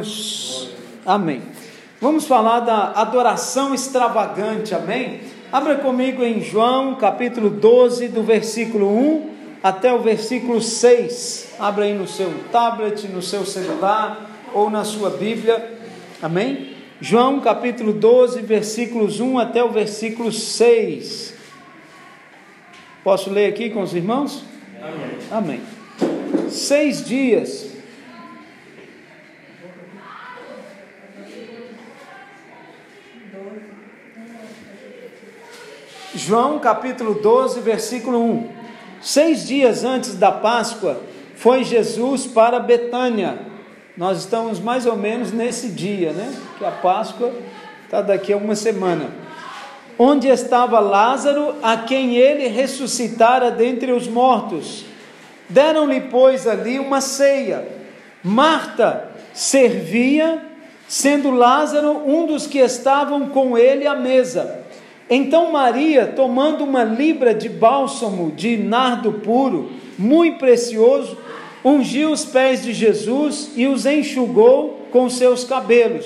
Deus. Amém. Vamos falar da adoração extravagante, amém? Abra comigo em João, capítulo 12, do versículo 1 até o versículo 6. Abra aí no seu tablet, no seu celular ou na sua Bíblia, amém? João, capítulo 12, versículos 1 até o versículo 6. Posso ler aqui com os irmãos? Amém. Amém. 6 dias. João capítulo 12, versículo 1. 6 dias antes da Páscoa, foi Jesus para Betânia. Nós estamos mais ou menos nesse dia, né? Que a Páscoa está daqui a uma semana. Onde estava Lázaro, a quem ele ressuscitara dentre os mortos. Deram-lhe, pois, ali uma ceia. Marta servia, sendo Lázaro um dos que estavam com ele à mesa. Então Maria, tomando uma libra de bálsamo de nardo puro, muito precioso, ungiu os pés de Jesus e os enxugou com seus cabelos.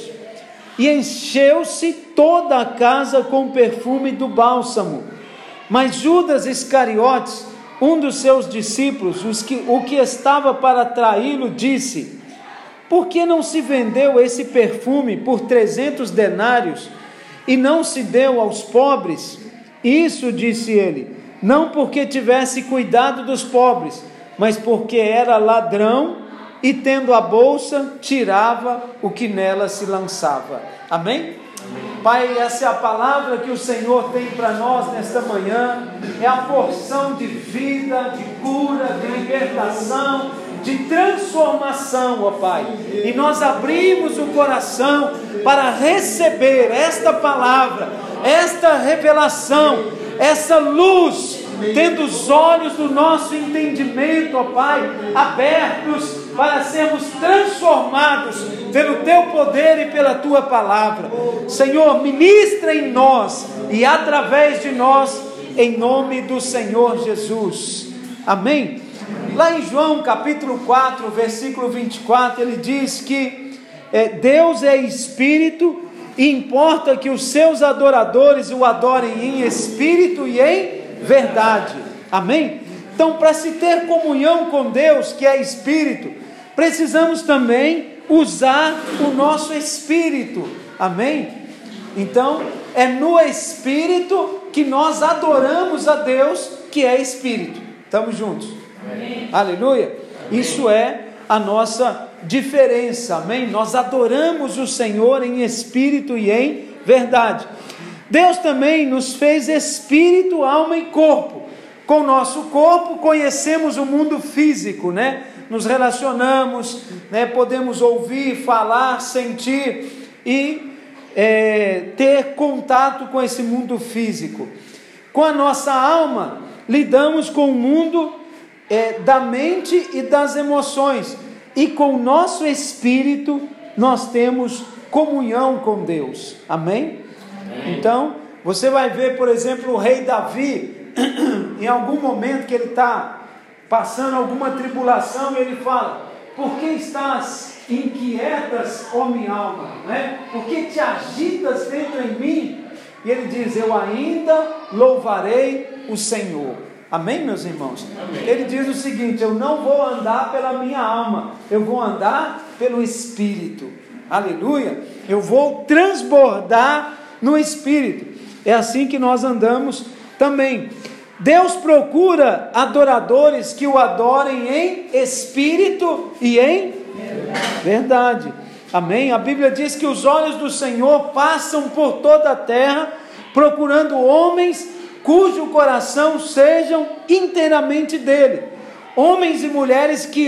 E encheu-se toda a casa com o perfume do bálsamo. Mas Judas Iscariotes, um dos seus discípulos, o que estava para traí-lo, disse: por que não se vendeu esse perfume por 300 denários e não se deu aos pobres? Isso, disse ele, não porque tivesse cuidado dos pobres, mas porque era ladrão e, tendo a bolsa, tirava o que nela se lançava. Amém? Amém. Pai, essa é a palavra que o Senhor tem para nós nesta manhã. É a porção de vida, de cura, de libertação, de transformação, ó Pai. E nós abrimos o coração para receber esta palavra, esta revelação, essa luz, tendo os olhos do nosso entendimento, ó Pai, abertos para sermos transformados pelo Teu poder e pela Tua palavra. Senhor, ministra em nós e através de nós, em nome do Senhor Jesus. Amém? Lá em João capítulo 4, versículo 24, ele diz que Deus é Espírito e importa que os seus adoradores o adorem em Espírito e em verdade. Amém? Então, para se ter comunhão com Deus, que é Espírito, precisamos também usar o nosso Espírito. Amém? Então, é no Espírito que nós adoramos a Deus, que é Espírito. Estamos juntos? Amém. Aleluia. Isso é a nossa diferença, amém? Nós adoramos o Senhor em espírito e em verdade. Deus também nos fez espírito, alma e corpo. Com o nosso corpo conhecemos o mundo físico, né? Nos relacionamos, né? Podemos ouvir, falar, sentir e ter contato com esse mundo físico. Com a nossa alma, lidamos com o mundo da mente e das emoções, e com o nosso espírito nós temos comunhão com Deus, amém? Amém. Então, você vai ver, por exemplo, o rei Davi, em algum momento que ele está passando alguma tribulação, ele fala: por que estás inquietas, ó minha alma, né? Por que te agitas dentro em mim? E ele diz: eu ainda louvarei o Senhor. Amém, meus irmãos? Amém. Ele diz o seguinte: eu não vou andar pela minha alma, eu vou andar pelo Espírito. Aleluia! Eu vou transbordar no Espírito. É assim que nós andamos também. Deus procura adoradores que o adorem em espírito e em verdade. Amém? A Bíblia diz que os olhos do Senhor passam por toda a terra, procurando homens cujo coração sejam inteiramente dele, homens e mulheres que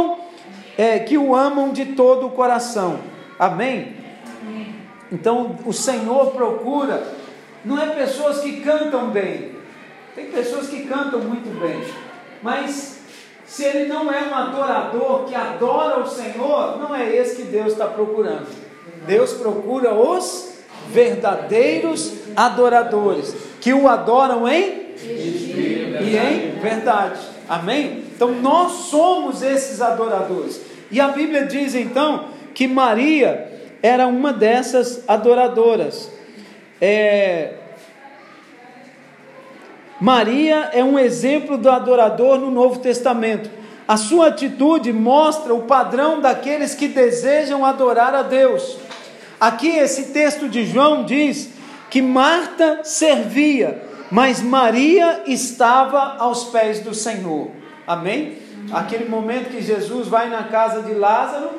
o amam de todo o coração. Amém? Então o Senhor procura, não é pessoas que cantam bem, tem pessoas que cantam muito bem, mas se ele não é um adorador que adora o Senhor, não é esse que Deus está procurando. Deus procura os verdadeiros adoradores, que o adoram em espírito e em verdade. Amém? Então nós somos esses adoradores. E a Bíblia diz então que Maria era uma dessas adoradoras. Maria é um exemplo do adorador no Novo Testamento. A sua atitude mostra o padrão daqueles que desejam adorar a Deus. Aqui esse texto de João diz que Marta servia, mas Maria estava aos pés do Senhor. Amém? Aquele momento que Jesus vai na casa de Lázaro,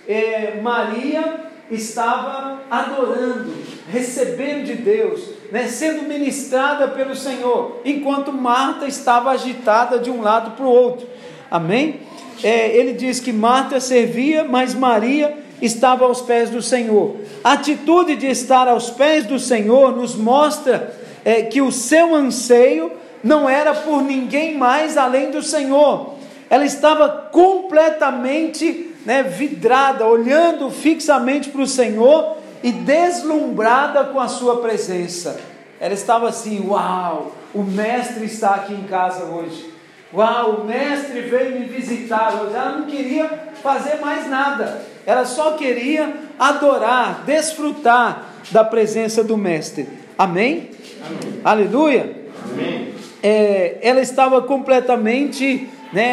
Maria estava adorando, recebendo de Deus, sendo ministrada pelo Senhor, enquanto Marta estava agitada de um lado para o outro. Amém? Ele diz que Marta servia, mas Maria estava aos pés do Senhor. A atitude de estar aos pés do Senhor nos mostra que o seu anseio não era por ninguém mais além do Senhor. Ela estava completamente vidrada, olhando fixamente para o Senhor e deslumbrada com a sua presença. Ela estava assim: uau, o mestre está aqui em casa hoje. Uau, o mestre veio me visitar hoje. Ela não queria fazer mais nada, ela só queria adorar, desfrutar da presença do mestre. Amém? Amém. Aleluia. Amém. Ela estava completamente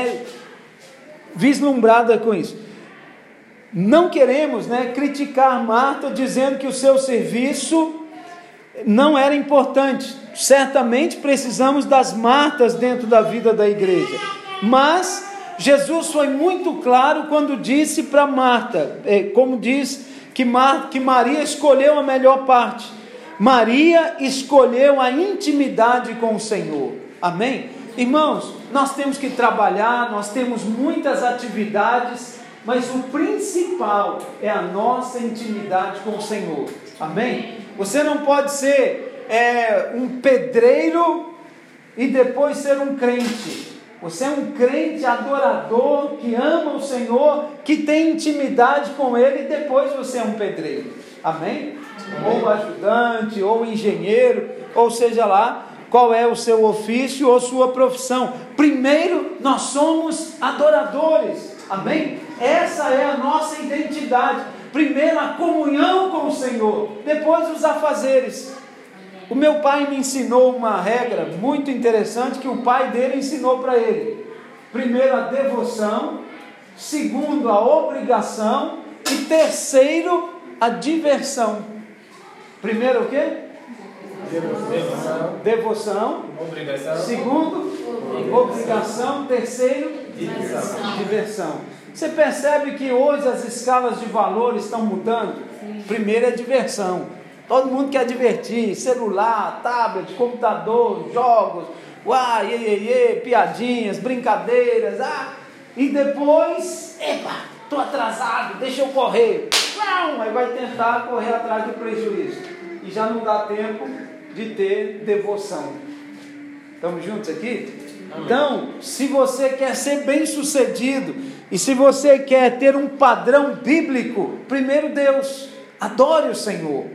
vislumbrada com isso. Não queremos criticar Marta dizendo que o seu serviço não era importante. Certamente precisamos das Martas dentro da vida da igreja, mas Jesus foi muito claro quando disse para Marta, como diz que Maria escolheu a melhor parte. Maria escolheu a intimidade com o Senhor. Amém? Irmãos, nós temos que trabalhar, nós temos muitas atividades, mas o principal é a nossa intimidade com o Senhor. Amém? Você não pode ser um pedreiro e depois ser um crente. Você é um crente adorador, que ama o Senhor, que tem intimidade com Ele, e depois você é um pedreiro. Amém? Ou ajudante, ou engenheiro, ou seja lá qual é o seu ofício ou sua profissão. Primeiro nós somos adoradores. Amém? Essa é a nossa identidade. Primeiro a comunhão com o Senhor, depois os afazeres. O meu pai me ensinou uma regra muito interessante que o pai dele ensinou para ele. Primeiro a devoção, segundo a obrigação e terceiro a diversão. Primeiro o quê? Devoção. Obrigação. Segundo, obrigação. Terceiro, diversão. Você percebe que hoje as escalas de valor estão mudando? Primeiro é diversão. Todo mundo quer divertir, celular, tablet, computador, jogos, piadinhas, brincadeiras, e depois, estou atrasado, deixa eu correr. Não, aí vai tentar correr atrás do prejuízo, e já não dá tempo de ter devoção. Estamos juntos aqui? Amém. Então, se você quer ser bem sucedido, e se você quer ter um padrão bíblico, primeiro Deus, adore o Senhor.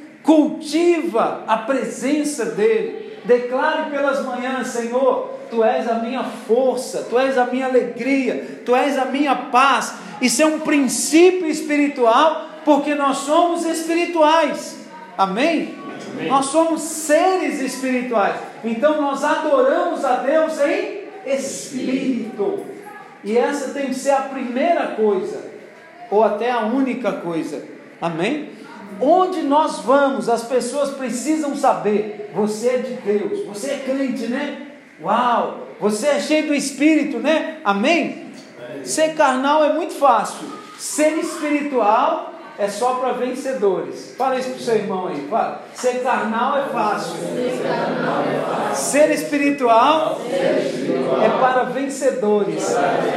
Cultiva a presença dEle. Declare pelas manhãs: Senhor, Tu és a minha força, Tu és a minha alegria, Tu és a minha paz. Isso é um princípio espiritual, porque nós somos espirituais. Amém? Amém. Nós somos seres espirituais. Então nós adoramos a Deus em espírito. E essa tem que ser a primeira coisa, ou até a única coisa. Amém? Onde nós vamos, as pessoas precisam saber: você é de Deus, você é crente, né? Uau, você é cheio do Espírito, né? Amém? Ser carnal é muito fácil, ser espiritual é só para vencedores. Fala isso para o seu irmão aí, fala. Ser carnal é fácil, ser espiritual é para vencedores.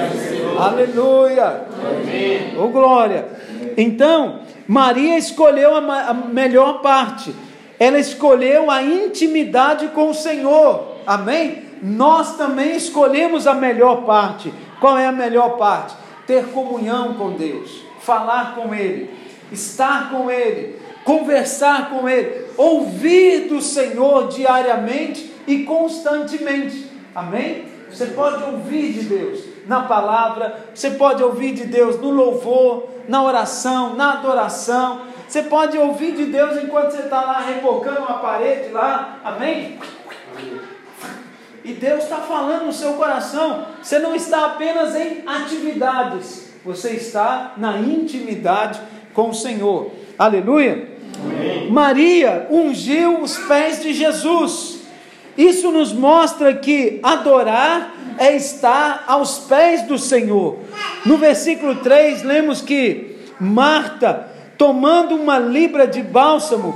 Aleluia. Oh, glória. Então, Maria escolheu a melhor parte. Ela escolheu a intimidade com o Senhor. Amém? Nós também escolhemos a melhor parte. Qual é a melhor parte? Ter comunhão com Deus, falar com Ele, estar com Ele, conversar com Ele, ouvir do Senhor diariamente e constantemente. Amém? Você pode ouvir de Deus. na palavra, você pode ouvir de Deus no louvor, na oração, na adoração. Você pode ouvir de Deus enquanto você está lá rebocando uma parede lá, amém? E Deus está falando no seu coração. Você não está apenas em atividades, você está na intimidade com o Senhor. Aleluia. Amém. Maria ungiu os pés de Jesus. Isso nos mostra que adorar é estar aos pés do Senhor. No versículo 3, lemos que Maria tomando uma libra de bálsamo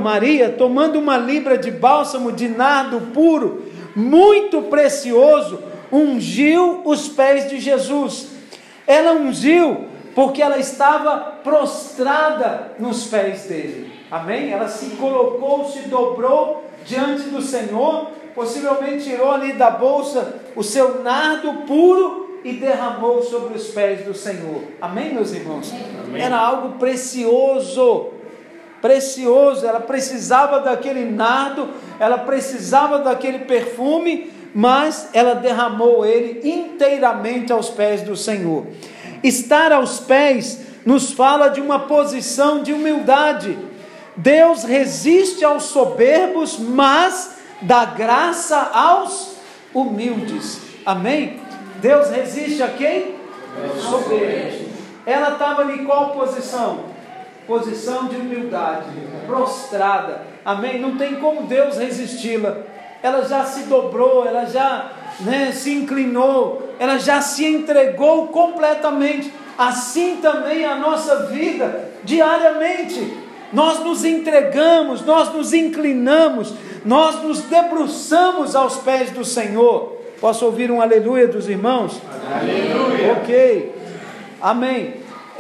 de nardo puro, muito precioso, ungiu os pés de Jesus. Ela ungiu porque ela estava prostrada nos pés dele, amém? Ela se colocou, se dobrou diante do Senhor, possivelmente tirou ali da bolsa o seu nardo puro e derramou sobre os pés do Senhor, amém, meus irmãos? Amém. Era algo precioso, ela precisava daquele nardo, ela precisava daquele perfume, mas ela derramou ele inteiramente aos pés do Senhor. Estar aos pés nos fala de uma posição de humildade. Deus resiste aos soberbos, mas dá graça aos humildes, amém? Deus resiste a quem? Soberbos. Ela estava em qual posição? Posição de humildade, prostrada, amém? Não tem como Deus resisti-la. Ela já se dobrou, ela já se inclinou, ela já se entregou completamente. Assim também a nossa vida, diariamente, nós nos entregamos, nós nos inclinamos, nós nos debruçamos aos pés do Senhor. Posso ouvir um aleluia dos irmãos? Aleluia. Ok, amém.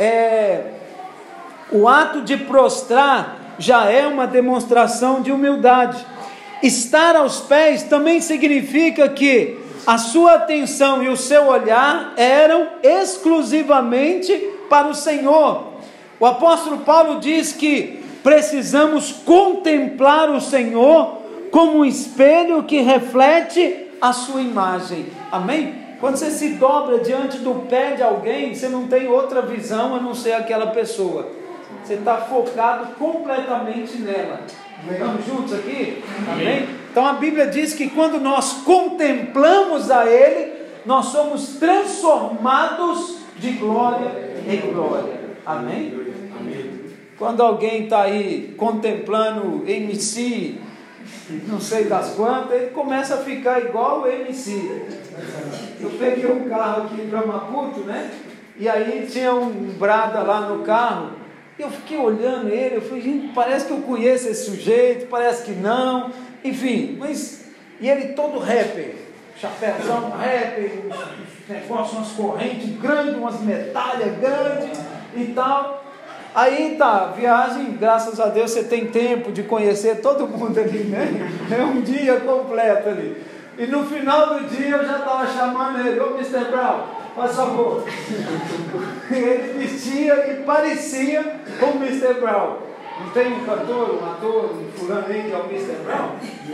O ato de prostrar já é uma demonstração de humildade. Estar aos pés também significa que a sua atenção e o seu olhar eram exclusivamente para o Senhor. O apóstolo Paulo diz que precisamos contemplar o Senhor como um espelho que reflete a sua imagem, amém? Quando você se dobra diante do pé de alguém, você não tem outra visão a não ser aquela pessoa. Você está focado completamente nela. Estamos juntos aqui? Amém? Então a Bíblia diz que quando nós contemplamos a Ele, nós somos transformados de glória em glória. Amém? Quando alguém está aí contemplando MC, não sei das quantas, ele começa a ficar igual o MC. Eu peguei um carro aqui em Brahmaputo, né? E aí tinha um brada lá no carro. Eu fiquei olhando ele, eu falei, gente, parece que eu conheço esse sujeito, parece que não, enfim, mas, e ele todo rapper, chapéuzão rapper, uns negócios, umas correntes grandes, umas medalhas grandes e tal. Aí tá, viagem, graças a Deus você tem tempo de conhecer todo mundo ali, né? É um dia completo ali. E no final do dia eu já estava chamando ele, ô Mr. Brown, faz favor. Ele vestia e parecia com o Mr. Brown. Não tem um cantor, um ator, um fulano aí que é o Mr. Brown?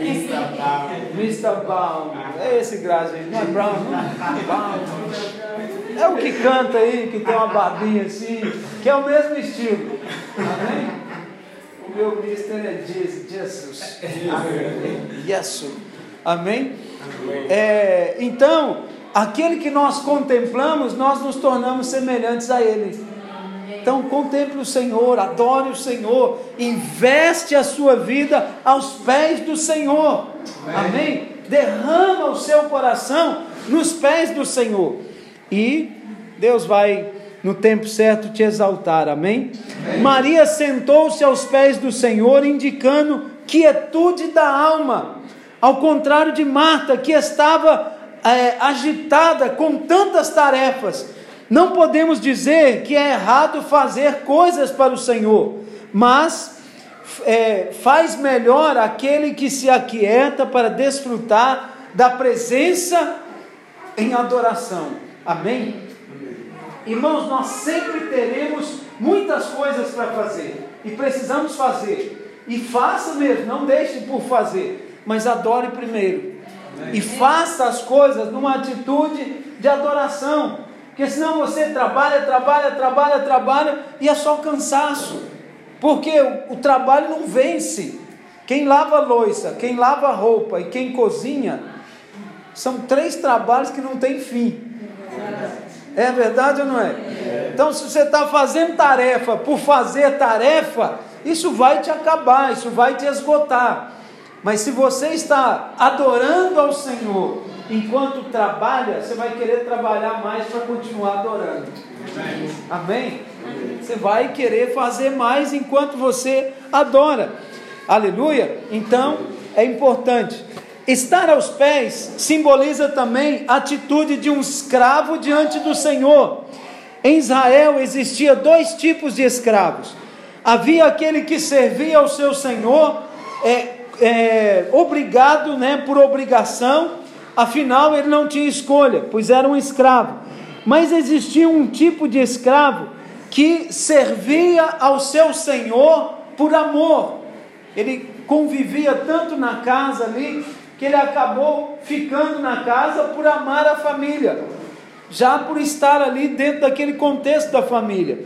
Mr. Brown. É esse graça aí, não é Brown, não? Brown. É o que canta aí, que tem uma barbinha assim, que é o mesmo estilo. Amém? O meu Mr. é Jesus. Jesus. Amém? Então, aquele que nós contemplamos, nós nos tornamos semelhantes a Ele. Então contemple o Senhor, adore o Senhor, investe a sua vida aos pés do Senhor. Amém? Derrama o seu coração nos pés do Senhor, e Deus vai no tempo certo te exaltar. Amém? Maria sentou-se aos pés do Senhor, indicando quietude da alma, ao contrário de Marta, que estava agitada com tantas tarefas. Não podemos dizer que é errado fazer coisas para o Senhor, mas faz melhor aquele que se aquieta para desfrutar da presença em adoração. Amém? Irmãos, nós sempre teremos muitas coisas para fazer, e precisamos fazer, e faça mesmo, não deixe por fazer, mas adore primeiro. E faça as coisas numa atitude de adoração. Porque senão você trabalha e é só cansaço. Porque o trabalho não vence. Quem lava louça, quem lava roupa e quem cozinha, são 3 trabalhos que não tem fim. É verdade ou não é? Então, se você está fazendo tarefa por fazer tarefa, isso vai te acabar, isso vai te esgotar. Mas se você está adorando ao Senhor enquanto trabalha, você vai querer trabalhar mais para continuar adorando. Amém? Você vai querer fazer mais enquanto você adora. Aleluia? Então, é importante. Estar aos pés simboliza também a atitude de um escravo diante do Senhor. Em Israel existia 2 tipos de escravos. Havia aquele que servia ao seu Senhor, obrigado, por obrigação, afinal ele não tinha escolha, pois era um escravo. Mas existia um tipo de escravo que servia ao seu Senhor por amor. Ele convivia tanto na casa ali, que ele acabou ficando na casa por amar a família, já por estar ali dentro daquele contexto da família.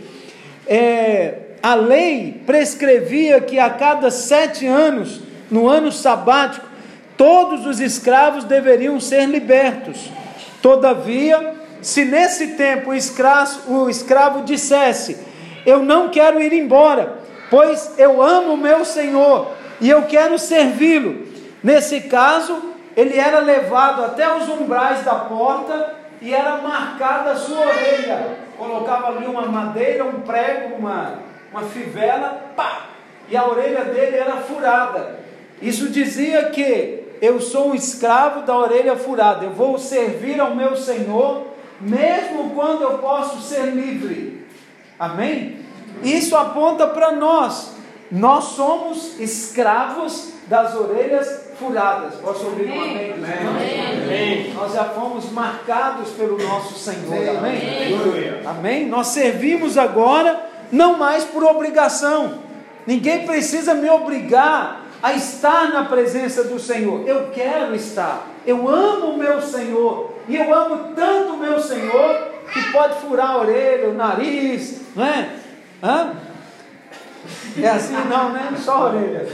A lei prescrevia que a cada 7 anos, no ano sabático, todos os escravos deveriam ser libertos. Todavia, se nesse tempo o escravo dissesse: eu não quero ir embora, pois eu amo o meu Senhor e eu quero servi-lo, nesse caso, ele era levado até os umbrais da porta e era marcada a sua orelha. Colocava ali uma madeira, um prego, uma fivela, pá, e a orelha dele era furada. Isso dizia que eu sou um escravo da orelha furada, eu vou servir ao meu Senhor, mesmo quando eu posso ser livre. Amém? Isso aponta para nós. Nós somos escravos das orelhas furadas. Posso ouvir um amém? Amém. Nós já fomos marcados pelo nosso Senhor. Amém? Amém? Nós servimos agora, não mais por obrigação. Ninguém precisa me obrigar a estar na presença do Senhor. Eu quero estar. Eu amo o meu Senhor. E eu amo tanto o meu Senhor que pode furar a orelha, o nariz, não é? É assim não, né? Só a orelha.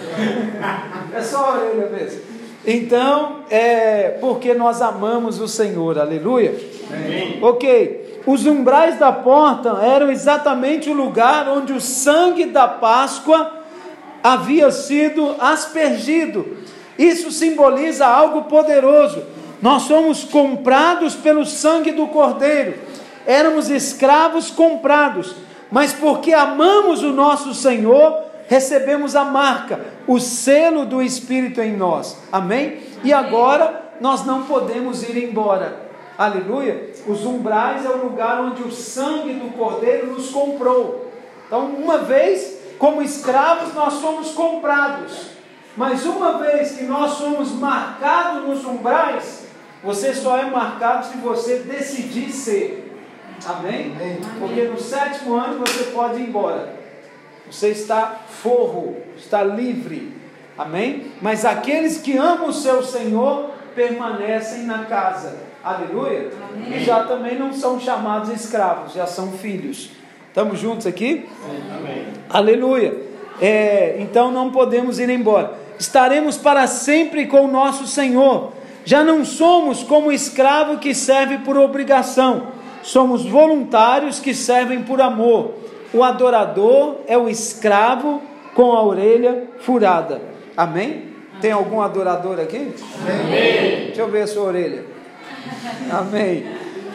É só a orelha mesmo. Então, porque nós amamos o Senhor. Aleluia. Amém. Ok. Os umbrais da porta eram exatamente o lugar onde o sangue da Páscoa havia sido aspergido. Isso simboliza algo poderoso. Nós somos comprados pelo sangue do Cordeiro. Éramos escravos comprados, mas porque amamos o nosso Senhor, recebemos a marca, o selo do Espírito em nós. Amém? E agora nós não podemos ir embora. Aleluia. Os umbrais é o lugar onde o sangue do Cordeiro nos comprou. Então, uma vez como escravos nós somos comprados, mas uma vez que nós somos marcados nos umbrais, você só é marcado se você decidir ser. Amém? Porque no 7º ano você pode ir embora. Você está forro, está livre. Amém? Mas aqueles que amam o seu Senhor permanecem na casa. Aleluia? Amém. E já também não são chamados escravos, já são filhos. Estamos juntos aqui? Amém. Aleluia. Então não podemos ir embora. Estaremos para sempre com o nosso Senhor. Já não somos como escravo que serve por obrigação. Somos voluntários que servem por amor. O adorador é o escravo com a orelha furada. Amém? Tem algum adorador aqui? Amém. Deixa eu ver a sua orelha. Amém.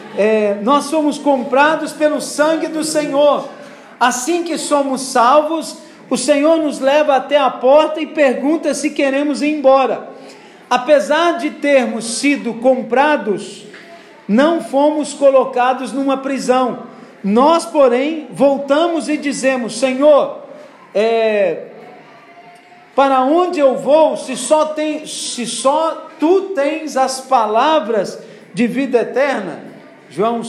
Nós somos comprados pelo sangue do Senhor. Assim que somos salvos, o Senhor nos leva até a porta e pergunta se queremos ir embora. Apesar de termos sido comprados, não fomos colocados numa prisão. Nós, porém, voltamos e dizemos: Senhor, para onde eu vou, se só Tu tens as palavras de vida eterna? João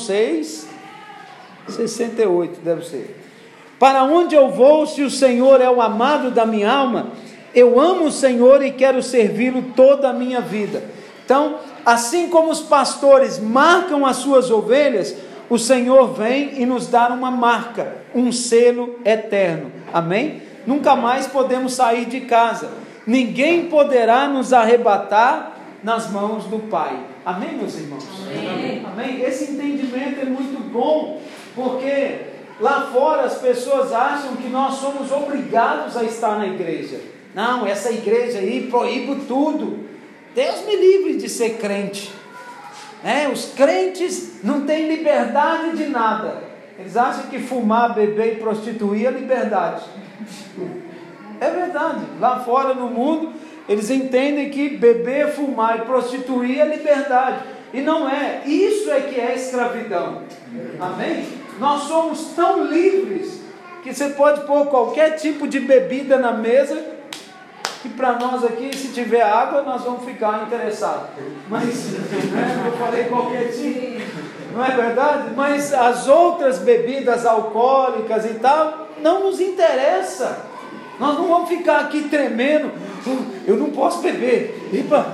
6:68 deve ser. Para onde eu vou, se o Senhor é o amado da minha alma? Eu amo o Senhor e quero servi-lo toda a minha vida. Então, Assim como os pastores marcam as suas ovelhas, o Senhor vem e nos dá uma marca, um selo eterno. Amém? Nunca mais podemos sair de casa. Ninguém poderá nos arrebatar nas mãos do Pai. Amém, meus irmãos? Amém. Amém? Esse entendimento é muito bom, porque lá fora as pessoas acham que nós somos obrigados a estar na igreja. Não, essa igreja aí proíbe tudo. Deus me livre de ser crente. Os crentes não têm liberdade de nada. Eles acham que fumar, beber e prostituir é liberdade. É verdade. Lá fora no mundo, eles entendem que beber, fumar e prostituir é liberdade. E não é. Isso é que é escravidão. Amém? Nós somos tão livres que você pode pôr qualquer tipo de bebida na mesa, que para nós aqui, se tiver água, nós vamos ficar interessados. Mas, eu falei qualquer tipo, não é verdade? Mas as outras bebidas alcoólicas e tal, não nos interessa. Nós não vamos ficar aqui tremendo. Eu não posso beber.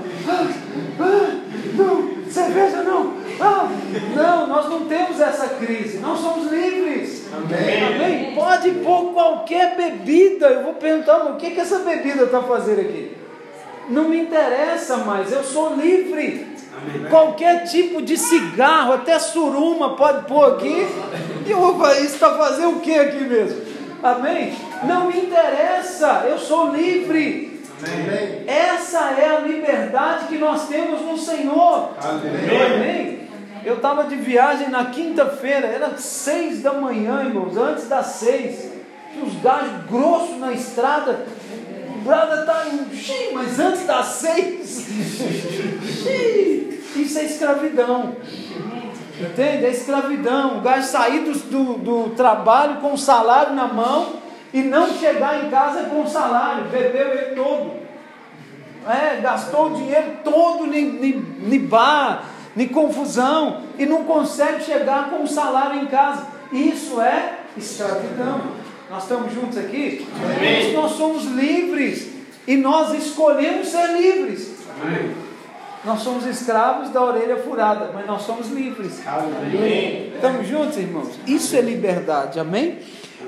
Não, cerveja não. Não, nós não temos essa crise. Nós somos livres. Amém? Pode pôr qualquer bebida. Eu vou perguntar, o que essa bebida está fazendo aqui? Não me interessa mais. Eu sou livre. Amém. Qualquer tipo de cigarro, até suruma pode pôr aqui. E eu vou falar, isso está fazendo o que aqui mesmo? Amém? Não me interessa. Eu sou livre. Amém. Essa é a liberdade que nós temos no Senhor. Amém? Eu estava de viagem na quinta-feira, era 6 da manhã, irmãos, antes das 6. Tinha uns gajos grossos na estrada. O brother está mas antes das 6. Isso é escravidão. Entende? É escravidão. O gajo sair do trabalho com o salário na mão e não chegar em casa com o salário, bebeu ele todo. Gastou o dinheiro todo em bar, em confusão, e não consegue chegar com o salário em casa. Isso é escravidão. Nós estamos juntos aqui? Amém. Nós somos livres e nós escolhemos ser livres. Amém. Nós somos escravos da orelha furada, mas nós somos livres. Amém. Estamos juntos, irmãos? Isso é liberdade. Amém?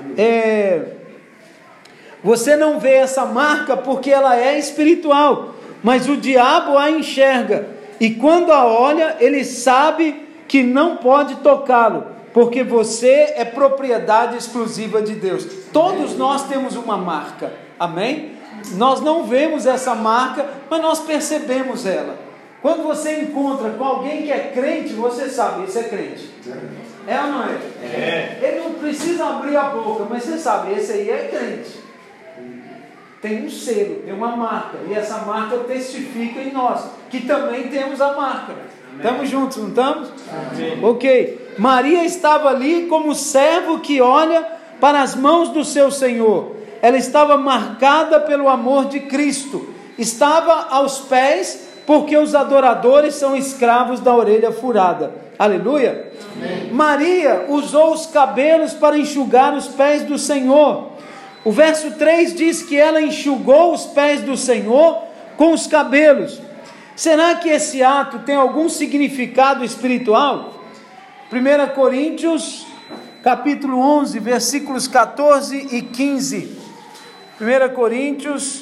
Você não vê essa marca porque ela é espiritual, mas o diabo a enxerga. E quando a olha, ele sabe que não pode tocá-lo, porque você é propriedade exclusiva de Deus. Todos nós temos uma marca. Amém? Nós não vemos essa marca, mas nós percebemos ela. Quando você encontra com alguém que é crente, você sabe, esse é crente. É ou não é? Ele não precisa abrir a boca, mas você sabe, esse aí é crente. Tem um selo, tem uma marca, e essa marca testifica em nós, que também temos a marca. Estamos juntos, não estamos? Amém. Ok. Maria estava ali como servo que olha para as mãos do seu Senhor. Ela estava marcada pelo amor de Cristo. Estava aos pés, porque os adoradores são escravos da orelha furada. Aleluia. Amém. Maria usou os cabelos para enxugar os pés do Senhor. O verso 3 diz que ela enxugou os pés do Senhor com os cabelos. Será que esse ato tem algum significado espiritual? 1 Coríntios, capítulo 11, versículos 14 e 15. 1 Coríntios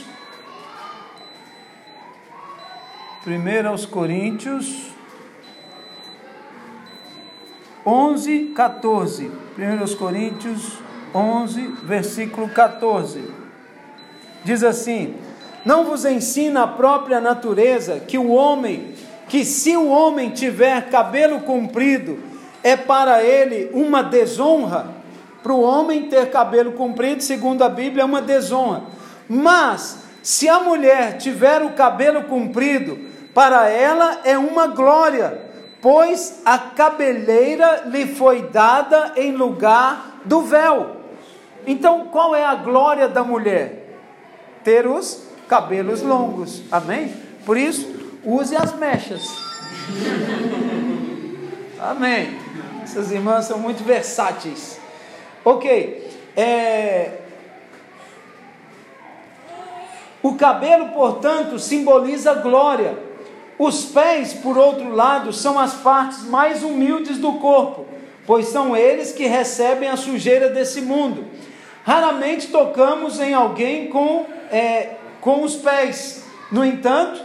11, 14. 1 Coríntios 11, versículo 14. Diz assim: não vos ensina a própria natureza que se o homem tiver cabelo comprido, é para ele uma desonra? Para o homem ter cabelo comprido, segundo a Bíblia, é uma desonra. Mas, se a mulher tiver o cabelo comprido, para ela é uma glória, pois a cabeleira lhe foi dada em lugar do véu. Então, qual é a glória da mulher? Ter os cabelos longos. Amém? Por isso, use as mechas. Amém. Essas irmãs são muito versáteis. Ok. O cabelo, portanto, simboliza glória. Os pés, por outro lado, são as partes mais humildes do corpo, pois são eles que recebem a sujeira desse mundo. Raramente tocamos em alguém com os pés. No entanto,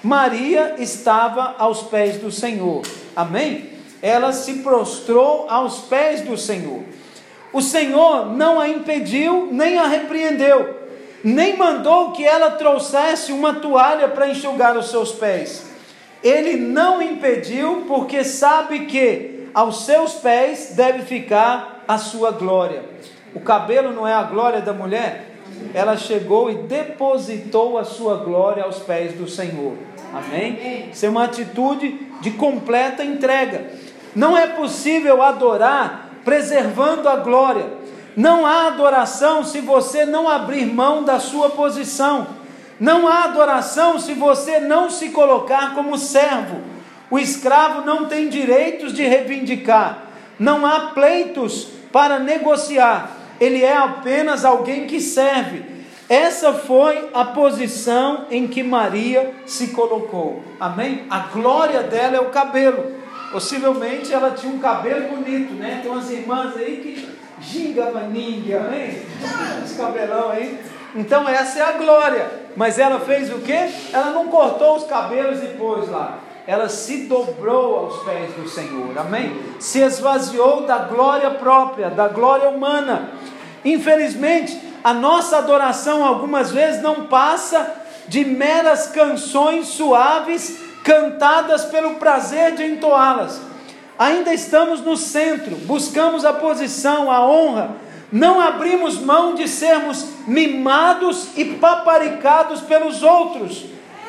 Maria estava aos pés do Senhor. Amém? Ela se prostrou aos pés do Senhor. O Senhor não a impediu, nem a repreendeu, nem mandou que ela trouxesse uma toalha para enxugar os seus pés. Ele não impediu, porque sabe que aos seus pés deve ficar a sua glória. O cabelo não é a glória da mulher? Ela chegou e depositou a sua glória aos pés do Senhor. Amém? Isso é uma atitude de completa entrega. Não é possível adorar preservando a glória. Não há adoração se você não abrir mão da sua posição. Não há adoração se você não se colocar como servo. O escravo não tem direitos de reivindicar. Não há pleitos para negociar. Ele é apenas alguém que serve. Essa foi a posição em que Maria se colocou. Amém? A glória dela é o cabelo. Possivelmente ela tinha um cabelo bonito, né? Tem umas irmãs aí que ginga maninga, amém? Esse cabelão aí. Então essa é a glória. Mas ela fez o quê? Ela não cortou os cabelos e pôs lá. Ela se dobrou aos pés do Senhor, amém? Se esvaziou da glória própria, da glória humana. Infelizmente, a nossa adoração algumas vezes não passa de meras canções suaves, cantadas pelo prazer de entoá-las. Ainda estamos no centro, buscamos a posição, a honra, não abrimos mão de sermos mimados e paparicados pelos outros.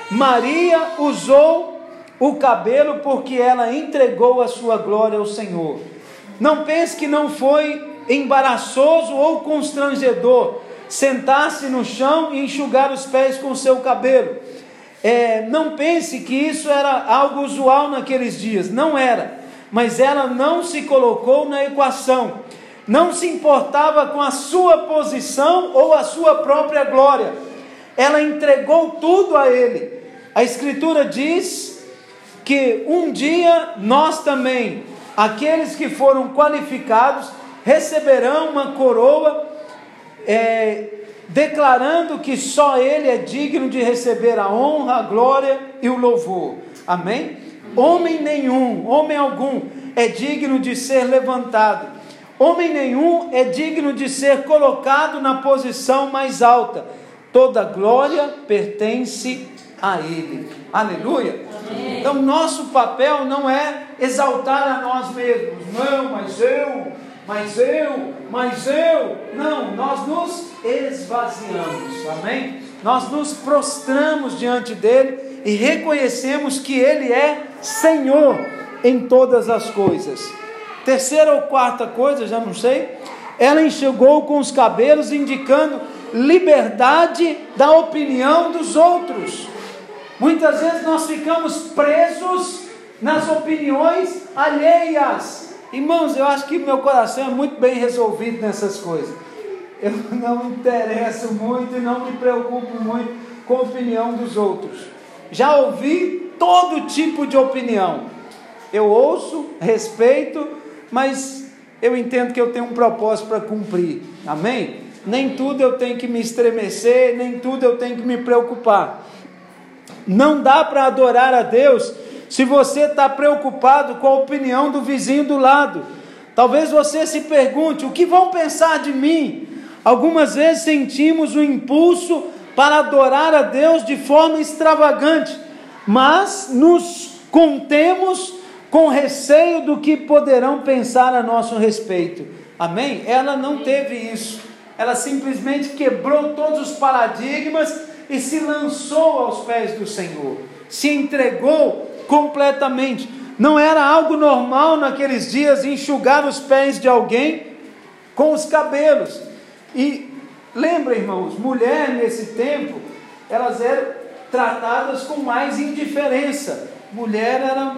Maria usou o cabelo porque ela entregou a sua glória ao Senhor. Não pense que não foi embaraçoso ou constrangedor sentar-se no chão e enxugar os pés com o seu cabelo. Não pense que isso era algo usual naqueles dias, não era, mas ela não se colocou na equação, não se importava com a sua posição ou a sua própria glória, ela entregou tudo a Ele. A Escritura diz que um dia nós também, aqueles que foram qualificados, receberão uma coroa, declarando que só Ele é digno de receber a honra, a glória e o louvor. Amém? Homem algum é digno de ser levantado. Homem nenhum é digno de ser colocado na posição mais alta. Toda glória pertence a Ele. Aleluia! Amém. Então nosso papel não é exaltar a nós mesmos. Não, mas eu. Não, nós nos esvaziamos. Amém? Nós nos prostramos diante dEle e reconhecemos que Ele é Senhor em todas as coisas. Terceira ou quarta coisa, já não sei. Ela enxugou com os cabelos, indicando liberdade da opinião dos outros. Muitas vezes nós ficamos presos nas opiniões alheias. Irmãos, eu acho que meu coração é muito bem resolvido nessas coisas. Eu não me interesso muito e não me preocupo muito com a opinião dos outros. Já ouvi todo tipo de opinião. Eu ouço, respeito, mas eu entendo que eu tenho um propósito para cumprir. Amém? Nem tudo eu tenho que me estremecer, nem tudo eu tenho que me preocupar. Não dá para adorar a Deus se você está preocupado com a opinião do vizinho do lado. Talvez você se pergunte: o que vão pensar de mim? Algumas vezes sentimos o impulso para adorar a Deus de forma extravagante, mas nos contemos com receio do que poderão pensar a nosso respeito. Amém? Ela não teve isso. Ela simplesmente quebrou todos os paradigmas e se lançou aos pés do Senhor. Se entregou completamente. Não era algo normal naqueles dias enxugar os pés de alguém com os cabelos. E lembra, irmãos, mulher nesse tempo, elas eram tratadas com mais indiferença. Mulher era,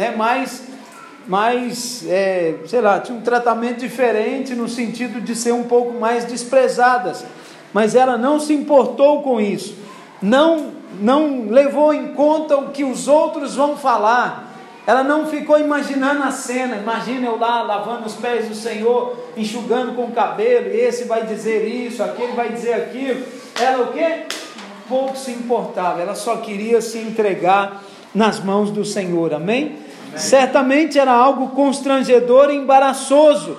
tinha um tratamento diferente no sentido de ser um pouco mais desprezadas. Mas ela não se importou com isso. Não não levou em conta o que os outros vão falar. Ela não ficou imaginando a cena. Imagina eu lá lavando os pés do Senhor, enxugando com o cabelo, e esse vai dizer isso, aquele vai dizer aquilo. Ela o quê? Pouco se importava, ela só queria se entregar nas mãos do Senhor, amém? Certamente era algo constrangedor e embaraçoso,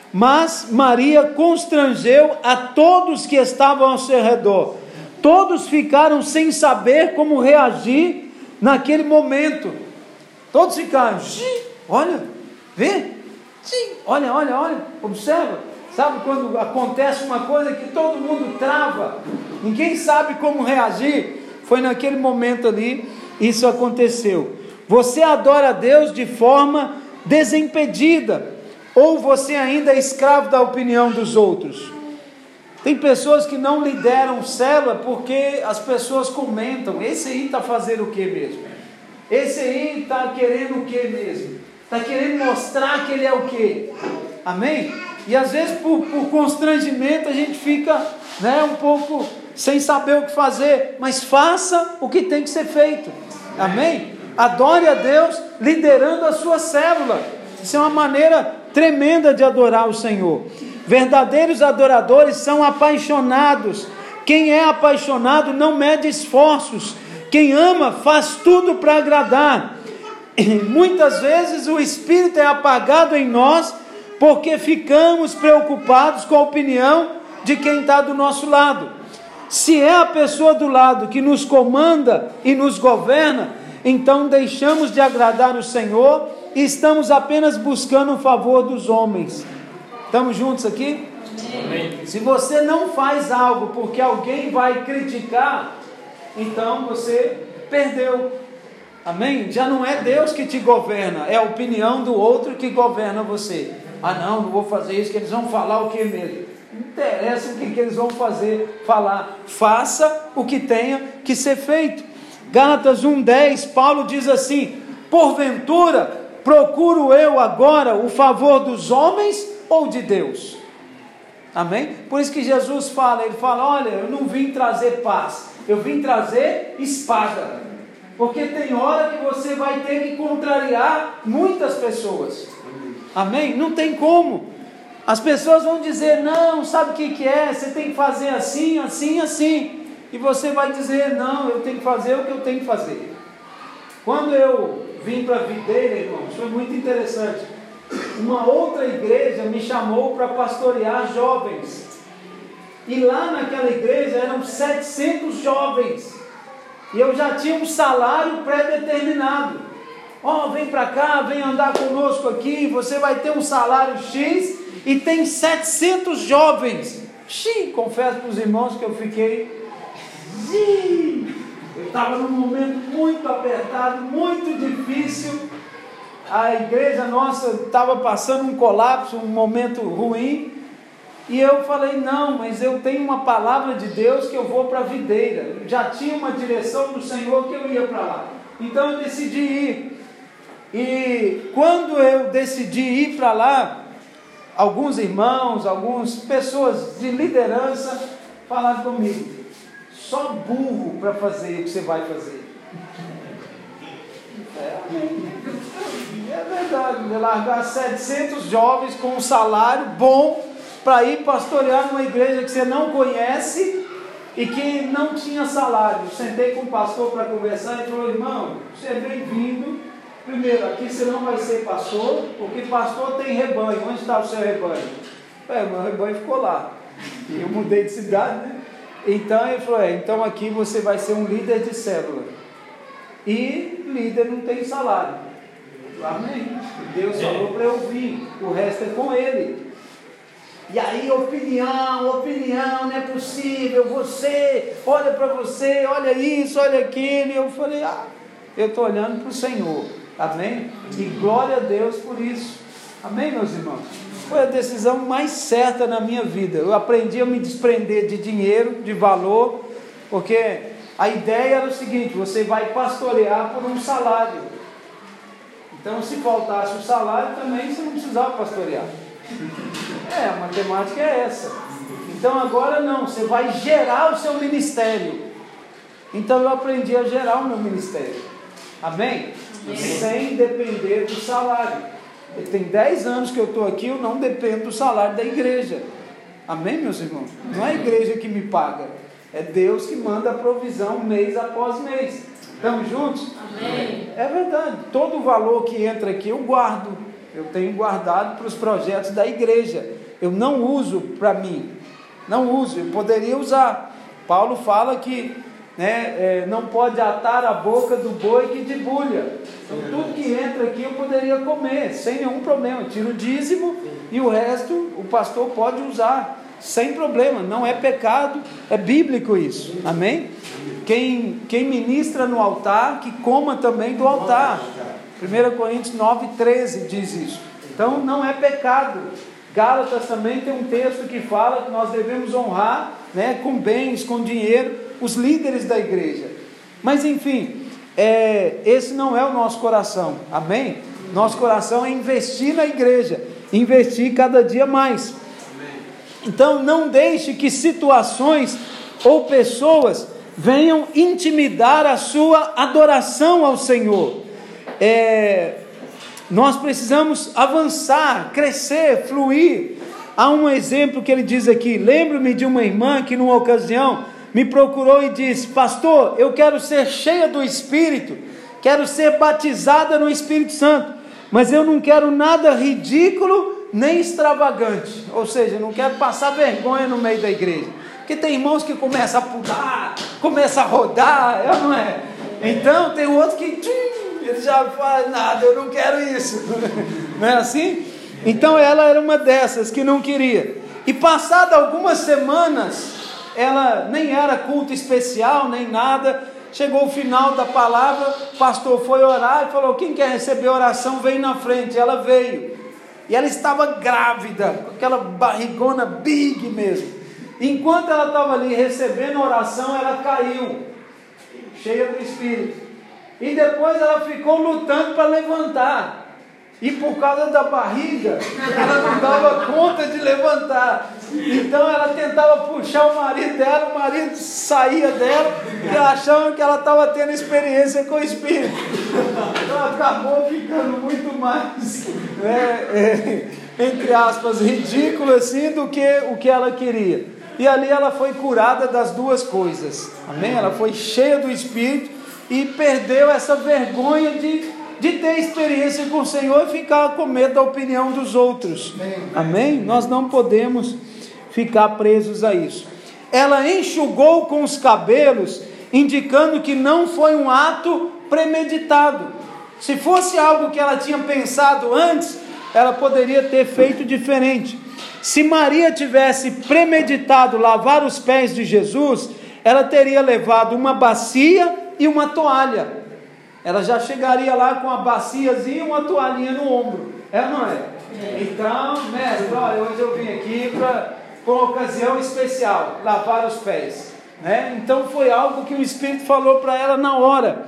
mas Maria constrangeu a todos que estavam ao seu redor. Todos ficaram sem saber como reagir naquele momento. Todos ficaram, olha, vê, olha, observa. Sabe quando acontece uma coisa que todo mundo trava, ninguém sabe como reagir? Foi naquele momento ali, isso aconteceu. Você adora a Deus de forma desimpedida, ou você ainda é escravo da opinião dos outros? Tem pessoas que não lideram célula porque as pessoas comentam, esse aí está fazendo o que mesmo? Esse aí está querendo o que mesmo? Está querendo mostrar que ele é o que? Amém? E às vezes por constrangimento a gente fica um pouco sem saber o que fazer, mas faça o que tem que ser feito, amém? Adore a Deus liderando a sua célula. Isso é uma maneira tremenda de adorar o Senhor. Verdadeiros adoradores são apaixonados. Quem é apaixonado não mede esforços. Quem ama faz tudo para agradar. E muitas vezes o Espírito é apagado em nós porque ficamos preocupados com a opinião de quem está do nosso lado. Se é a pessoa do lado que nos comanda e nos governa, então deixamos de agradar o Senhor e estamos apenas buscando o favor dos homens. Estamos juntos aqui? Amém. Se você não faz algo porque alguém vai criticar, então você perdeu. Amém? Já não é Deus que te governa, é a opinião do outro que governa você. Não vou fazer isso, que eles vão falar o que mesmo? Não interessa o que eles vão falar. Faça o que tenha que ser feito. Gálatas 1:10, Paulo diz assim: porventura, procuro eu agora o favor dos homens ou de Deus? Amém? Por isso que Jesus fala, ele fala, olha, eu não vim trazer paz, eu vim trazer espada. Porque tem hora que você vai ter que contrariar muitas pessoas. Amém? Não tem como. As pessoas vão dizer, não, sabe o que é? Você tem que fazer assim, assim, assim. E você vai dizer, não, eu tenho que fazer o que eu tenho que fazer. Quando eu vim para a Videira, irmãos, foi muito interessante. Uma outra igreja me chamou para pastorear jovens. E lá naquela igreja eram 700 jovens. E eu já tinha um salário pré-determinado. Vem para cá, vem andar conosco aqui, você vai ter um salário X e tem 700 jovens. Confesso para os irmãos que eu fiquei... Eu estava num momento muito apertado, muito difícil. A igreja nossa estava passando um colapso, um momento ruim. E eu falei, não, mas eu tenho uma palavra de Deus que eu vou para a Videira. Já tinha uma direção do Senhor que eu ia para lá. Então eu decidi ir. E quando eu decidi ir para lá, alguns irmãos, algumas pessoas de liderança falaram comigo, só burro para fazer o que você vai fazer. É verdade, largar 700 jovens com um salário bom para ir pastorear numa igreja que você não conhece e que não tinha salário. Eu sentei com o pastor para conversar e falou, irmão, você é bem-vindo. Primeiro, aqui você não vai ser pastor, porque pastor tem rebanho. Onde está o seu rebanho? Meu rebanho ficou lá. E eu mudei de cidade, né? Então ele falou, então aqui você vai ser um líder de célula. E líder não tem salário. Amém? Deus falou para eu vir, o resto é com ele. E aí opinião, não é possível, você, olha para você, olha isso, olha aquilo. E eu falei, eu estou olhando para o Senhor. Amém? E glória a Deus por isso. Amém, meus irmãos? Foi a decisão mais certa na minha vida. Eu aprendi a me desprender de dinheiro, de valor, porque a ideia era o seguinte, você vai pastorear por um salário. Então se faltasse o salário também você não precisava pastorear. A matemática é essa. Então agora não, você vai gerar o seu ministério. Então eu aprendi a gerar o meu ministério. Amém? Sem depender do salário. Tem 10 anos que eu estou aqui, eu não dependo do salário da igreja. Amém, meus irmãos? Não é a igreja que me paga, é Deus que manda a provisão mês após mês. Estamos juntos? Amém. É verdade, todo o valor que entra aqui eu guardo. Eu tenho guardado para os projetos da igreja. Eu não uso para mim. Não uso, eu poderia usar. Paulo fala que não pode atar a boca do boi que debulha. Então tudo que entra aqui eu poderia comer, sem nenhum problema. Eu tiro o dízimo e o resto o pastor pode usar, sem problema. Não é pecado, é bíblico isso. Amém? Quem ministra no altar, que coma também do altar. 1 Coríntios 9,13 diz isso. Então não é pecado. Gálatas também tem um texto que fala que nós devemos honrar, com bens, com dinheiro, os líderes da igreja. Mas enfim, esse não é o nosso coração. Amém? Nosso coração é investir na igreja, investir cada dia mais. Então não deixe que situações ou pessoas venham intimidar a sua adoração ao Senhor. Nós precisamos avançar, crescer, fluir. Há um exemplo que ele diz aqui. Lembro-me de uma irmã que numa ocasião me procurou e disse: pastor, eu quero ser cheia do Espírito, quero ser batizada no Espírito Santo, mas eu não quero nada ridículo nem extravagante. Ou seja, não quero passar vergonha no meio da igreja, porque tem irmãos que começam a pular, começam a rodar, não é? Então tem outros que ele já fala: nada, eu não quero isso. Não é assim? Então ela era uma dessas que não queria. E passado algumas semanas, ela nem era culto especial, nem nada. Chegou o final da palavra, o pastor foi orar e falou: quem quer receber oração, vem na frente. Ela veio. E ela estava grávida, com aquela barrigona big mesmo. Enquanto ela estava ali recebendo oração, ela caiu, cheia do Espírito. E depois ela ficou lutando para levantar. E por causa da barriga, ela não dava conta de levantar. Então ela tentava puxar o marido dela, o marido saía dela, e achando que ela estava tendo experiência com o Espírito. Então acabou ficando muito mais, entre aspas, ridículo assim, do que o que ela queria. E ali ela foi curada das duas coisas. Amém? Ela foi cheia do Espírito e perdeu essa vergonha de ter experiência com o Senhor e ficar com medo da opinião dos outros. Amém? Nós não podemos ficar presos a isso. Ela enxugou com os cabelos, indicando que não foi um ato premeditado. Se fosse algo que ela tinha pensado antes, ela poderia ter feito diferente. Se Maria tivesse premeditado lavar os pés de Jesus, ela teria levado uma bacia e uma toalha. Ela já chegaria lá com uma baciazinha e uma toalhinha no ombro. É ou não é? Então, mestre, olha, hoje eu vim aqui para uma ocasião especial, lavar os pés. Então foi algo que o Espírito falou para ela na hora.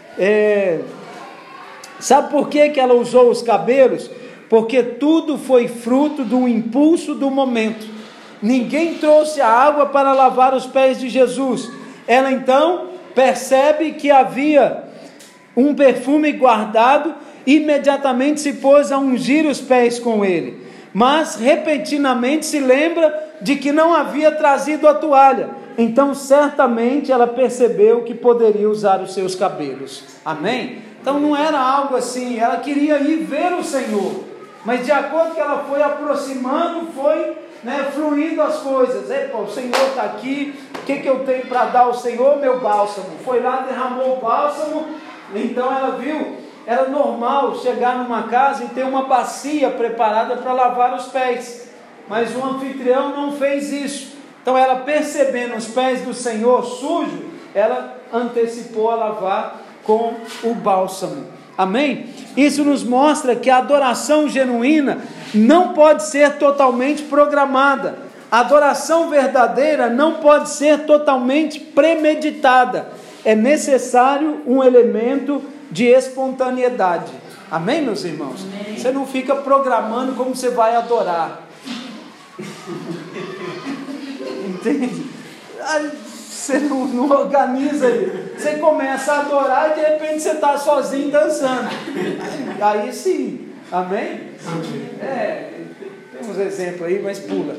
Sabe por que ela usou os cabelos? Porque tudo foi fruto do impulso do momento. Ninguém trouxe a água para lavar os pés de Jesus. Ela então percebe que havia um perfume guardado, imediatamente se pôs a ungir os pés com ele, mas repentinamente se lembra de que não havia trazido a toalha. Então certamente ela percebeu que poderia usar os seus cabelos. Amém? Então não era algo assim, ela queria ir ver o Senhor, mas de acordo que ela foi aproximando, foi fluindo as coisas. O Senhor está aqui, o que eu tenho para dar ao Senhor? Meu bálsamo. Foi lá, derramou o bálsamo. Então ela viu, era normal chegar numa casa e ter uma bacia preparada para lavar os pés, mas o anfitrião não fez isso. Então ela, percebendo os pés do Senhor sujos, ela antecipou a lavar com o bálsamo. Amém? Isso nos mostra que a adoração genuína não pode ser totalmente programada. A adoração verdadeira não pode ser totalmente premeditada. É necessário um elemento de espontaneidade. Amém, meus irmãos? Amém. Você não fica programando como você vai adorar. Entende? Você não organiza aí. Você começa a adorar e de repente você está sozinho dançando. Aí sim, amém? Tem uns exemplos aí, mas pula.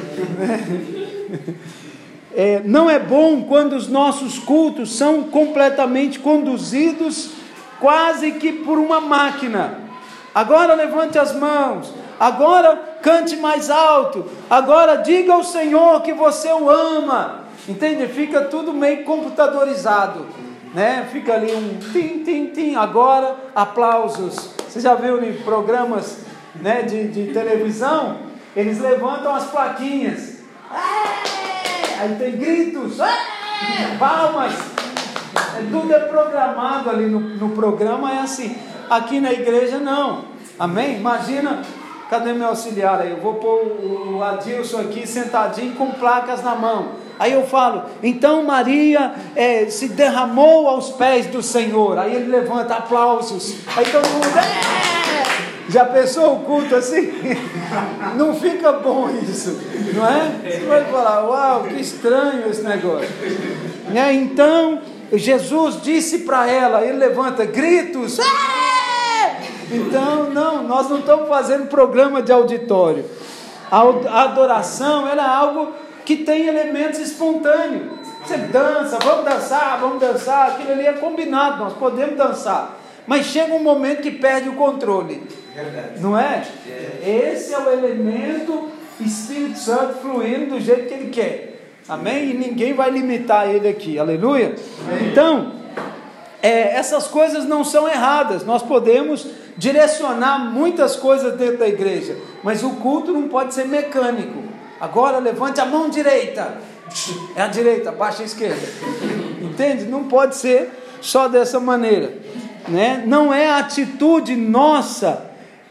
Não é bom quando os nossos cultos são completamente conduzidos quase que por uma máquina. Agora levante as mãos, agora cante mais alto, agora diga ao Senhor que você o ama. Entende? Fica tudo meio computadorizado, né? Fica ali um tim, tim, tim, agora aplausos. Você já viu em programas, né, de televisão? Eles levantam as plaquinhas, aí tem gritos, palmas, tudo é programado ali no programa, é assim. Aqui na igreja não, amém? Imagina, cadê meu auxiliar aí? Eu vou pôr o Adilson aqui sentadinho com placas na mão. Aí eu falo, então Maria se derramou aos pés do Senhor. Aí ele levanta, aplausos. Aí todo mundo, já pensou o culto assim? Não fica bom isso, não é? Você vai falar, uau, que estranho esse negócio. Então, Jesus disse para ela, ele levanta, gritos. Então, não, nós não estamos fazendo programa de auditório. A adoração, ela é algo que tem elementos espontâneos. Você dança, vamos dançar, aquilo ali é combinado, nós podemos dançar, mas chega um momento que perde o controle. Verdade. Não é? Esse é o elemento Espírito Santo fluindo do jeito que Ele quer, amém? E ninguém vai limitar Ele aqui, aleluia? Amém. Então, essas coisas não são erradas, nós podemos direcionar muitas coisas dentro da igreja, mas o culto não pode ser mecânico. Agora levante a mão direita, é a direita, baixa a esquerda, entende? Não pode ser só dessa maneira, né? Não é a atitude nossa,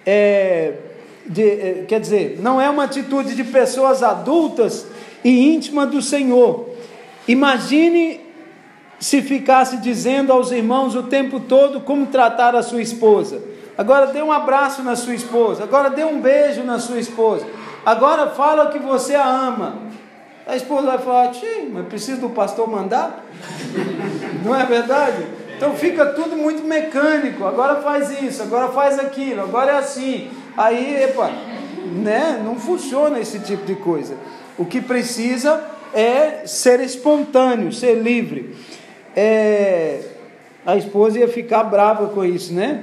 quer dizer, não é uma atitude de pessoas adultas e íntimas do Senhor. Imagine se ficasse dizendo aos irmãos o tempo todo como tratar a sua esposa. Agora dê um abraço na sua esposa, agora dê um beijo na sua esposa, agora fala que você a ama. A esposa vai falar, mas precisa do pastor mandar? Não é verdade? Então fica tudo muito mecânico, agora faz isso, agora faz aquilo, agora é assim. Aí, né? Não funciona esse tipo de coisa. O que precisa é ser espontâneo, ser livre. A esposa ia ficar brava com isso, né?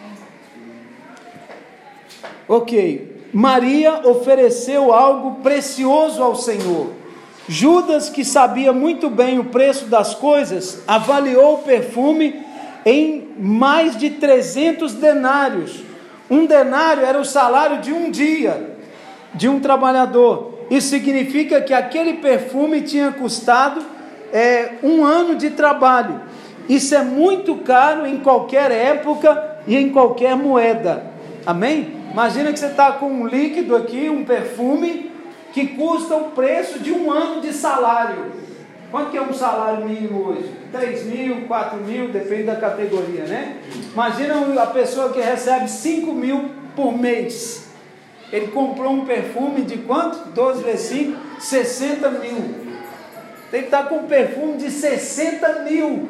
Ok, Maria ofereceu algo precioso ao Senhor. Judas, que sabia muito bem o preço das coisas, avaliou o perfume em mais de 300 denários. Um denário era o salário de um dia de um trabalhador. Isso significa que aquele perfume tinha custado 1 ano de trabalho. Isso é muito caro em qualquer época e em qualquer moeda. Amém? Imagina que você está com um líquido aqui, um perfume, que custa o preço de 1 ano de salário. Quanto que é um salário mínimo hoje? 3 mil, 4 mil, depende da categoria, né? Imagina a pessoa que recebe 5 mil por mês. Ele comprou um perfume de quanto? 12 vezes 5, 60 mil. Tem que estar com um perfume de 60 mil.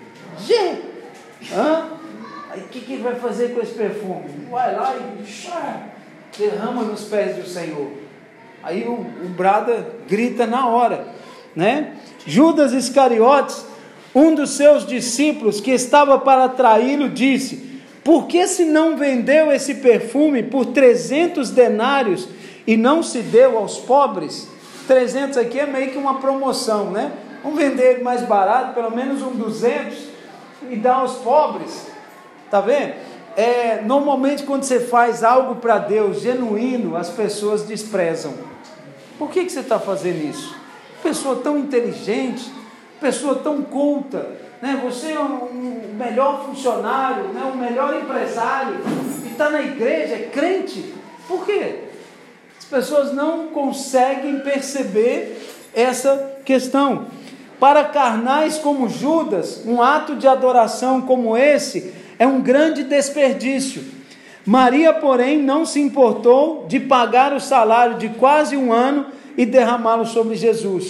Aí o que ele vai fazer com esse perfume? Vai lá e derrama nos pés do Senhor. Aí o brada grita na hora, né? Judas Iscariotes, um dos seus discípulos que estava para traí-lo, disse: por que se não vendeu esse perfume por 300 denários e não se deu aos pobres? 300 aqui é meio que uma promoção, né? Vamos vender ele mais barato, pelo menos 200, e dar aos pobres. Está vendo? Normalmente quando você faz algo para Deus genuíno, as pessoas desprezam. Por que você está fazendo isso? Pessoa tão inteligente, pessoa tão culta, né? Você é o melhor funcionário, né? O melhor empresário, e está na igreja, é crente. Por quê? As pessoas não conseguem perceber essa questão. Para carnais como Judas, um ato de adoração como esse é um grande desperdício. Maria, porém, não se importou de pagar o salário de quase 1 ano e derramá-lo sobre Jesus.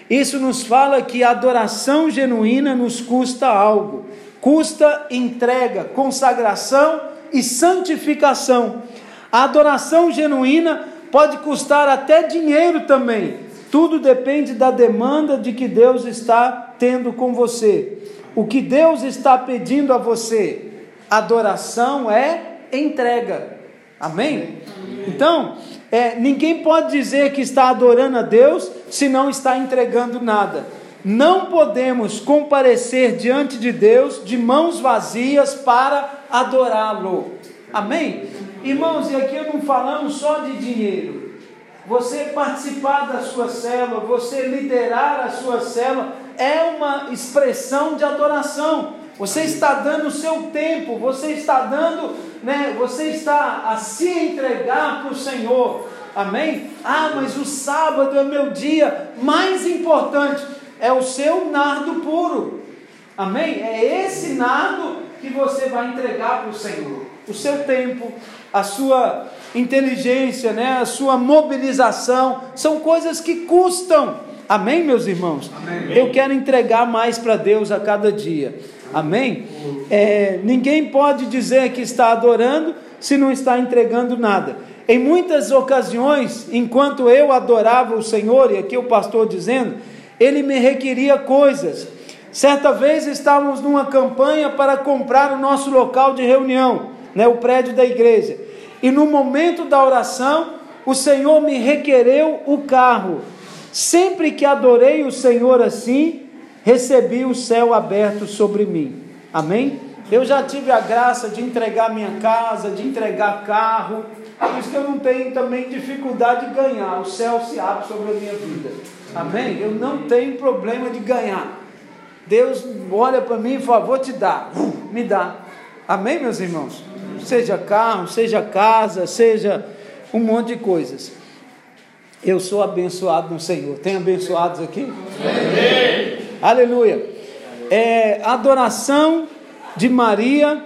Isso nos fala que a adoração genuína nos custa algo. Custa entrega, consagração e santificação. A adoração genuína pode custar até dinheiro também. Tudo depende da demanda de que Deus está tendo com você. O que Deus está pedindo a você? Adoração é entrega. Amém? Então, ninguém pode dizer que está adorando a Deus se não está entregando nada. Não podemos comparecer diante de Deus de mãos vazias para adorá-lo. Amém? Irmãos, e aqui não falamos só de dinheiro. Você participar da sua célula, você liderar a sua célula, é uma expressão de adoração. Você está dando o seu tempo, você está dando, você está a se entregar para o Senhor. Amém? Mas o sábado é meu dia mais importante. É o seu nardo puro. Amém? É esse nardo que você vai entregar para o Senhor. O seu tempo, a sua inteligência, a sua mobilização, são coisas que custam. Amém, meus irmãos? Amém. Eu quero entregar mais para Deus a cada dia. Amém? Ninguém pode dizer que está adorando se não está entregando nada. Em muitas ocasiões, enquanto eu adorava o Senhor, e aqui o pastor dizendo, Ele me requeria coisas. Certa vez estávamos numa campanha para comprar o nosso local de reunião, o prédio da igreja. E no momento da oração, o Senhor me requereu o carro. Sempre que adorei o Senhor assim, recebi o céu aberto sobre mim. Amém? Eu já tive a graça de entregar minha casa, de entregar carro. Por isso que eu não tenho também dificuldade de ganhar. O céu se abre sobre a minha vida. Amém? Eu não tenho problema de ganhar. Deus olha para mim e fala, vou te dar. Me dá. Amém, meus irmãos? Seja carro, seja casa, seja um monte de coisas. Eu sou abençoado no Senhor. Tem abençoados aqui? Amém. Aleluia. A adoração de Maria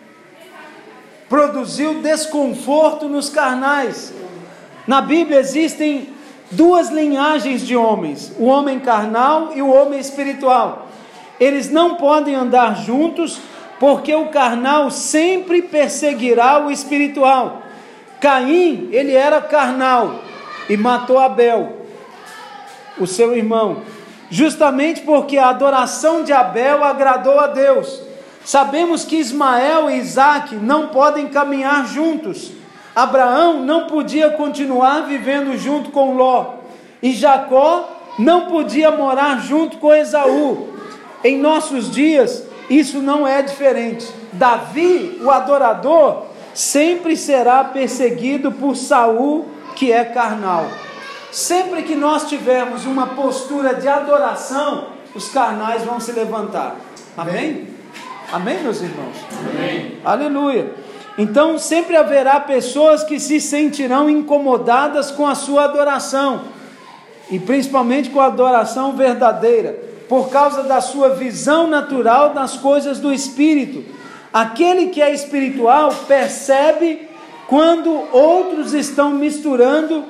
produziu desconforto nos carnais. Na Bíblia existem duas linhagens de homens, o homem carnal e o homem espiritual. Eles não podem andar juntos, porque o carnal sempre perseguirá o espiritual. Caim, ele era carnal e matou Abel, o seu irmão, justamente porque a adoração de Abel agradou a Deus. Sabemos que Ismael e Isaac não podem caminhar juntos. Abraão não podia continuar vivendo junto com Ló, e Jacó não podia morar junto com Esaú. Em nossos dias, isso não é diferente. Davi, o adorador, sempre será perseguido por Saul, que é carnal. Sempre que nós tivermos uma postura de adoração, os carnais vão se levantar. Amém? Amém, meus irmãos? Amém. Aleluia. Então sempre haverá pessoas que se sentirão incomodadas com a sua adoração, e principalmente com a adoração verdadeira, por causa da sua visão natural das coisas do Espírito. Aquele que é espiritual percebe quando outros estão ministrando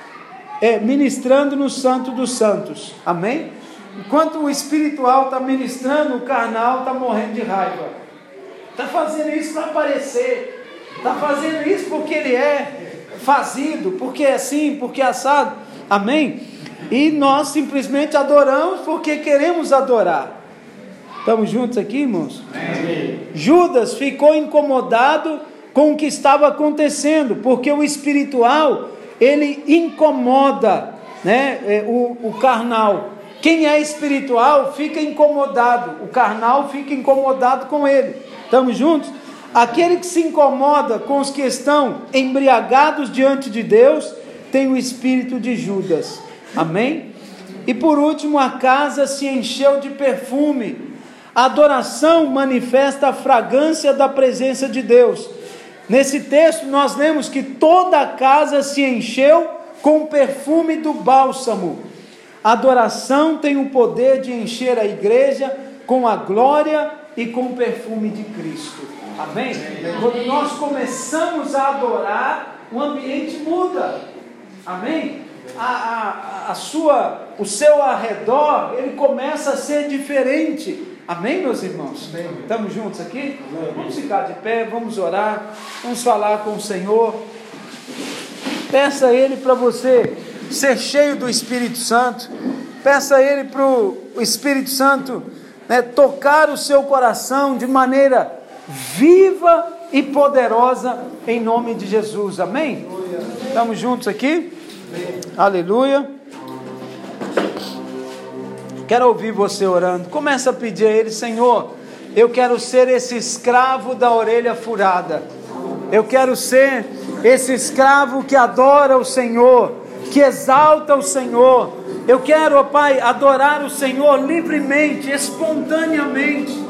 no Santo dos Santos. Amém? Enquanto o espiritual está ministrando, o carnal está morrendo de raiva. Está fazendo isso para aparecer. Está fazendo isso porque ele é fazido, porque é assim, porque é assado. Amém? E nós simplesmente adoramos porque queremos adorar. Estamos juntos aqui, irmãos? Amém. Judas ficou incomodado com o que estava acontecendo, porque o espiritual, ele incomoda, o carnal. Quem é espiritual fica incomodado, o carnal fica incomodado com ele. Estamos juntos? Aquele que se incomoda com os que estão embriagados diante de Deus, tem o espírito de Judas. Amém? E por último, a casa se encheu de perfume. A adoração manifesta a fragrância da presença de Deus. Nesse texto nós lemos que toda a casa se encheu com o perfume do bálsamo. A adoração tem o poder de encher a igreja com a glória e com o perfume de Cristo. Amém? Quando nós começamos a adorar, o ambiente muda. Amém? o seu arredor, ele começa a ser diferente. Amém, meus irmãos? Amém. Estamos juntos aqui? Amém. Vamos ficar de pé, vamos orar, vamos falar com o Senhor. Peça a Ele para você ser cheio do Espírito Santo. Peça a Ele para o Espírito Santo, né, tocar o seu coração de maneira viva e poderosa, em nome de Jesus. Amém? Estamos juntos aqui? Aleluia. Quero ouvir você orando. Começa a pedir a Ele: Senhor, eu quero ser esse escravo da orelha furada. Eu quero ser esse escravo que adora o Senhor, que exalta o Senhor. Eu quero, ó Pai, adorar o Senhor livremente, espontaneamente.